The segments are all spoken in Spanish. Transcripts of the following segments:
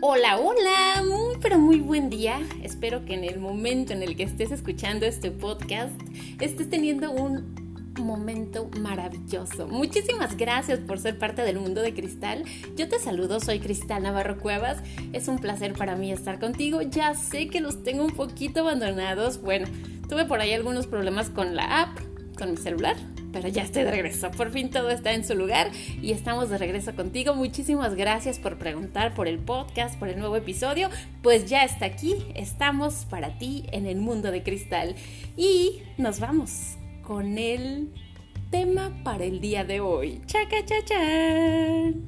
Hola, hola, pero muy buen día. Espero que en el momento en el que estés escuchando este podcast estés teniendo un momento maravilloso. Muchísimas gracias por ser parte del mundo de Cristal. Yo te saludo, soy Cristal Navarro Cuevas. Es un placer para mí estar contigo. Ya sé que los tengo un poquito abandonados. Bueno, tuve por ahí algunos problemas con la app, con mi celular, pero ya estoy de regreso. Por fin todo está en su lugar y estamos de regreso contigo. Muchísimas gracias por preguntar por el podcast, por el nuevo episodio. Pues ya está aquí, estamos para ti en el mundo de Cristal. Y nos vamos con el tema para el día de hoy. ¡Chaca, cha, chan!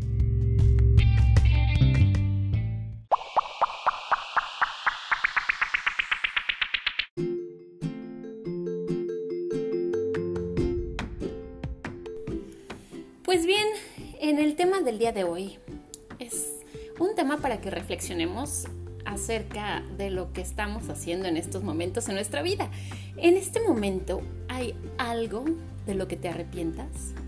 Pues bien, en el tema del día de hoy es un tema para que reflexionemos acerca de lo que estamos haciendo en estos momentos en nuestra vida. En este momento, ¿hay algo de lo que te arrepientas?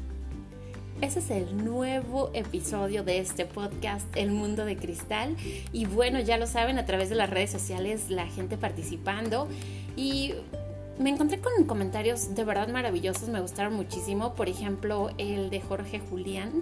Ese es el nuevo episodio de este podcast, El Mundo de Cristal. Y bueno, ya lo saben, a través de las redes sociales, la gente participando. Y me encontré con comentarios de verdad maravillosos, me gustaron muchísimo. Por ejemplo, el de Jorge Julián.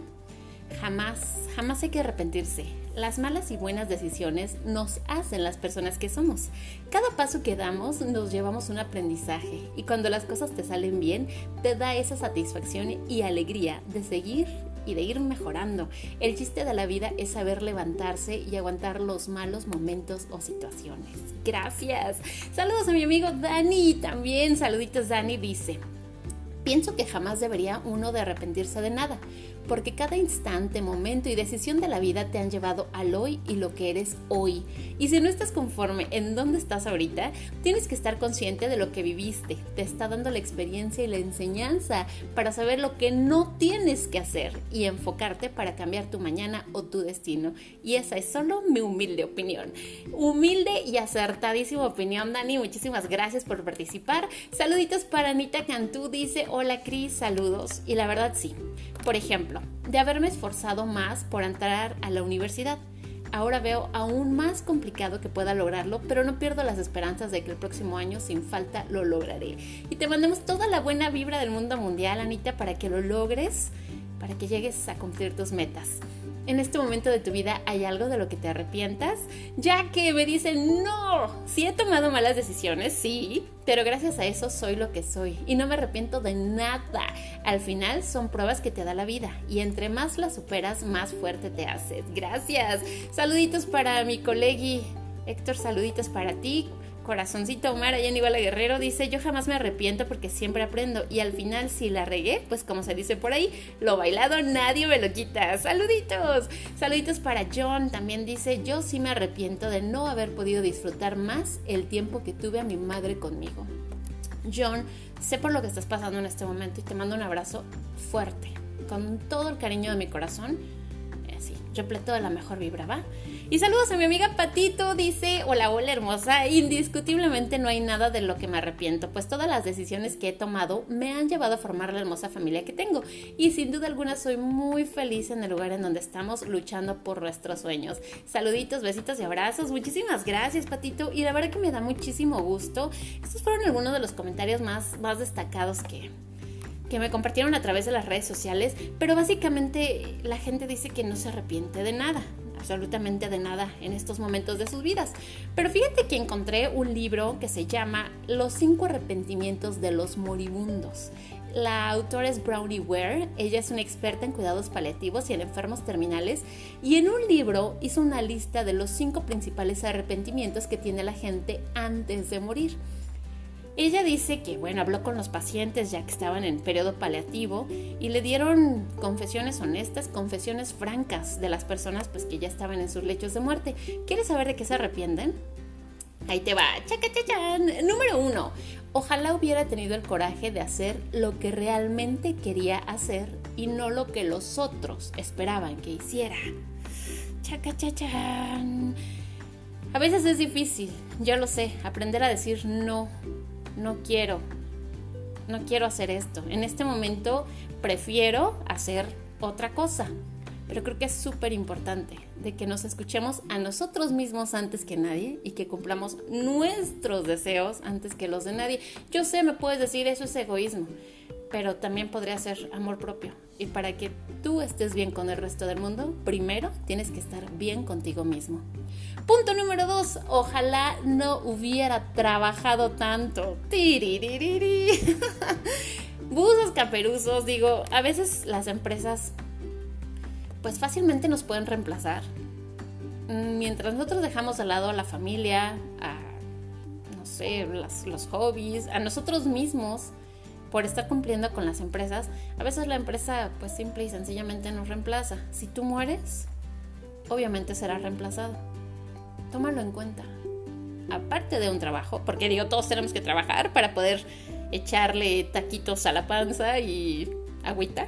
Jamás hay que arrepentirse. Las malas y buenas decisiones nos hacen las personas que somos. Cada paso que damos nos llevamos un aprendizaje y cuando las cosas te salen bien, te da esa satisfacción y alegría de seguir y de ir mejorando. El chiste de la vida es saber levantarse y aguantar los malos momentos o situaciones. Gracias. Saludos a mi amigo Dani también. Saluditos, Dani. Dice: pienso que jamás debería uno de arrepentirse de nada, porque cada instante, momento y decisión de la vida te han llevado al hoy y lo que eres hoy. Y si no estás conforme en dónde estás ahorita, tienes que estar consciente de lo que viviste. Te está dando la experiencia y la enseñanza para saber lo que no tienes que hacer y enfocarte para cambiar tu mañana o tu destino. Y esa es solo mi humilde opinión. Humilde y acertadísima opinión, Dani. Muchísimas gracias por participar. Saluditos para Anita Cantú. Dice: hola Cris, saludos. Y la verdad sí. Por ejemplo, de haberme esforzado más por entrar a la universidad. Ahora veo aún más complicado que pueda lograrlo, pero no pierdo las esperanzas de que el próximo año sin falta lo lograré. Y te mandamos toda la buena vibra del mundo mundial, Anita, para que lo logres, para que llegues a cumplir tus metas. En este momento de tu vida, ¿hay algo de lo que te arrepientas? Ya que me dicen, no, sí he tomado malas decisiones, sí, pero gracias a eso soy lo que soy y no me arrepiento de nada. Al final son pruebas que te da la vida y entre más las superas, más fuerte te haces. Gracias. Saluditos para mi colegui Héctor, saluditos para ti. Corazoncito Omar, allá en Iguala Guerrero, dice: yo jamás me arrepiento porque siempre aprendo y al final si la regué, pues como se dice por ahí, lo bailado nadie me lo quita. Saluditos. Saluditos para John, también dice: yo sí me arrepiento de no haber podido disfrutar más el tiempo que tuve a mi madre conmigo. John, sé por lo que estás pasando en este momento y te mando un abrazo fuerte, con todo el cariño de mi corazón, así, repleto de la mejor vibra, ¿va? Y saludos a mi amiga Patito, dice: hola, hola hermosa, indiscutiblemente no hay nada de lo que me arrepiento, pues todas las decisiones que he tomado me han llevado a formar la hermosa familia que tengo y sin duda alguna soy muy feliz en el lugar en donde estamos luchando por nuestros sueños. Saluditos, besitos y abrazos, muchísimas gracias Patito, y la verdad que me da muchísimo gusto. Estos fueron algunos de los comentarios más destacados que me compartieron a través de las redes sociales, pero básicamente la gente dice que no se arrepiente de nada, absolutamente de nada en estos momentos de sus vidas. Pero fíjate que encontré un libro que se llama Los 5 arrepentimientos de los moribundos. La autora es Bronnie Ware, ella es una experta en cuidados paliativos y en enfermos terminales, y en un libro hizo una lista de los 5 principales arrepentimientos que tiene la gente antes de morir. Ella dice que, habló con los pacientes ya que estaban en periodo paliativo y le dieron confesiones honestas, confesiones francas de las personas pues que ya estaban en sus lechos de muerte. ¿Quieres saber de qué se arrepienten? Ahí te va. ¡Chacachachan! Número 1. Ojalá hubiera tenido el coraje de hacer lo que realmente quería hacer y no lo que los otros esperaban que hiciera. ¡Chacachachan! A veces es difícil, yo lo sé, aprender a decir no quiero hacer esto. En este momento prefiero hacer otra cosa. pero creo que es súper importante de que nos escuchemos a nosotros mismos antes que nadie y que cumplamos nuestros deseos antes que los de nadie. Yo sé, me puedes decir, eso es egoísmo, pero también podría ser amor propio. Y para que tú estés bien con el resto del mundo, primero tienes que estar bien contigo mismo. Punto número 2, ojalá no hubiera trabajado tanto. Tiriririri. Buzos caperuzos, digo, a veces las empresas pues fácilmente nos pueden reemplazar. Mientras nosotros dejamos de lado a la familia, a, no sé, los hobbies, a nosotros mismos, por estar cumpliendo con las empresas, a veces la empresa pues simple y sencillamente nos reemplaza. Si tú mueres, obviamente serás reemplazado. Tómalo en cuenta. Aparte de un trabajo, porque digo, todos tenemos que trabajar para poder echarle taquitos a la panza y agüita.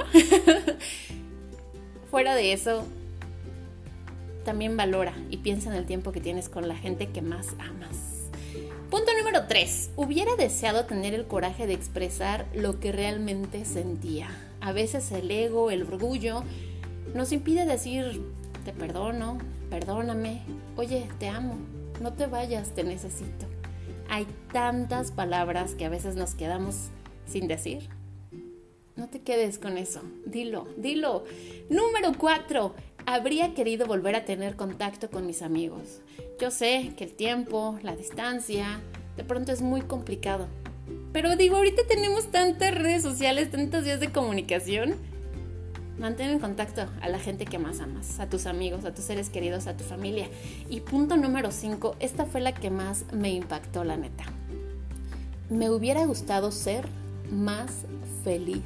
Fuera de eso, también valora y piensa en el tiempo que tienes con la gente que más amas. Punto número 3. Hubiera deseado tener el coraje de expresar lo que realmente sentía. A veces el ego, el orgullo, nos impide decir, te perdono, perdóname, oye, te amo, no te vayas, te necesito. Hay tantas palabras que a veces nos quedamos sin decir. No te quedes con eso, dilo. Número 4. Habría querido volver a tener contacto con mis amigos. Yo sé que el tiempo, la distancia, de pronto es muy complicado. Pero digo, ahorita tenemos tantas redes sociales, tantos días de comunicación. Mantén en contacto a la gente que más amas, a tus amigos, a tus seres queridos, a tu familia. Y punto número 5, esta fue la que más me impactó, la neta. Me hubiera gustado ser más feliz.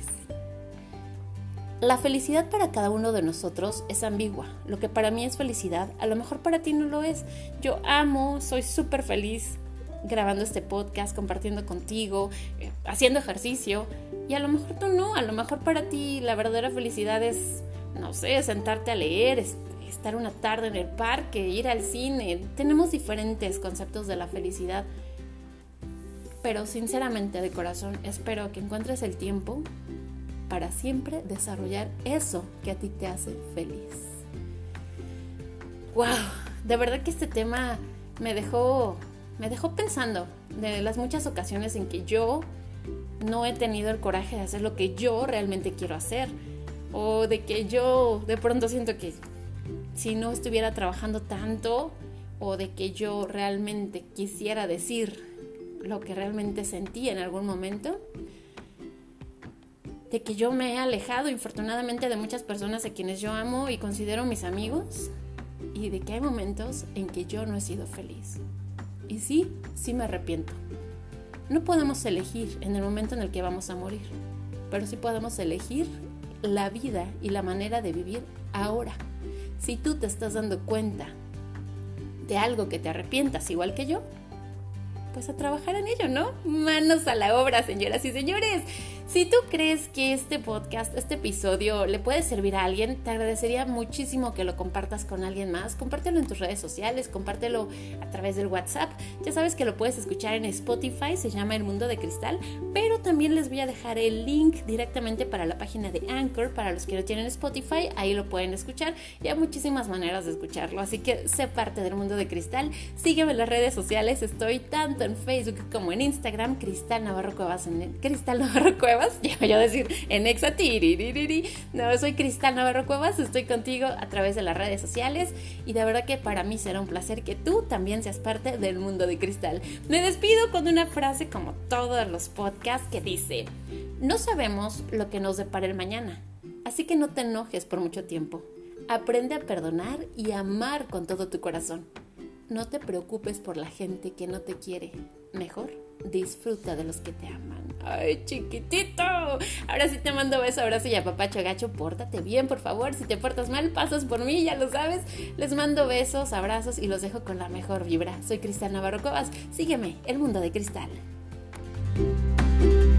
La felicidad para cada uno de nosotros es ambigua. Lo que para mí es felicidad, a lo mejor para ti no lo es. Yo amo, soy súper feliz grabando este podcast, compartiendo contigo, haciendo ejercicio. Y a lo mejor tú no, a lo mejor para ti la verdadera felicidad es, no sé, sentarte a leer, estar una tarde en el parque, ir al cine. Tenemos diferentes conceptos de la felicidad. Pero sinceramente, de corazón, espero que encuentres el tiempo para siempre desarrollar eso que a ti te hace feliz. ¡Wow! De verdad que este tema me dejó pensando de las muchas ocasiones en que yo no he tenido el coraje de hacer lo que yo realmente quiero hacer, o de que yo de pronto siento que si no estuviera trabajando tanto, o de que yo realmente quisiera decir lo que realmente sentí en algún momento, de que yo me he alejado infortunadamente de muchas personas a quienes yo amo y considero mis amigos, y de que hay momentos en que yo no he sido feliz. Y sí me arrepiento. No podemos elegir en el momento en el que vamos a morir, pero sí podemos elegir la vida y la manera de vivir ahora. Si tú te estás dando cuenta de algo que te arrepientas igual que yo, pues a trabajar en ello, ¿no? Manos a la obra, señoras y señores. Si tú crees que este podcast, este episodio le puede servir a alguien, te agradecería muchísimo que lo compartas con alguien más. Compártelo en tus redes sociales, compártelo a través del WhatsApp. Ya sabes que lo puedes escuchar en Spotify, se llama El Mundo de Cristal, pero también les voy a dejar el link directamente para la página de Anchor, para los que no tienen Spotify, ahí lo pueden escuchar y hay muchísimas maneras de escucharlo, así que sé parte del Mundo de Cristal. Sígueme en las redes sociales, estoy tanto en Facebook como en Instagram, Cristal Navarro Cuevas, yo decir en Exa, no, soy Cristal Navarro Cuevas, estoy contigo a través de las redes sociales y de verdad que para mí será un placer que tú también seas parte del Mundo de Cristal. Me despido con una frase como todos los podcasts que dice: no sabemos lo que nos depara el mañana, así que no te enojes por mucho tiempo. Aprende a perdonar y amar con todo tu corazón. No te preocupes por la gente que no te quiere. Mejor disfruta de los que te aman. ¡Ay, chiquitito! Ahora sí te mando beso, abrazo y apapacho gacho. Pórtate bien, por favor. Si te portas mal, pasas por mí, ya lo sabes. Les mando besos, abrazos y los dejo con la mejor vibra. Soy Cristal Navarro Cuevas. Sígueme, El Mundo de Cristal.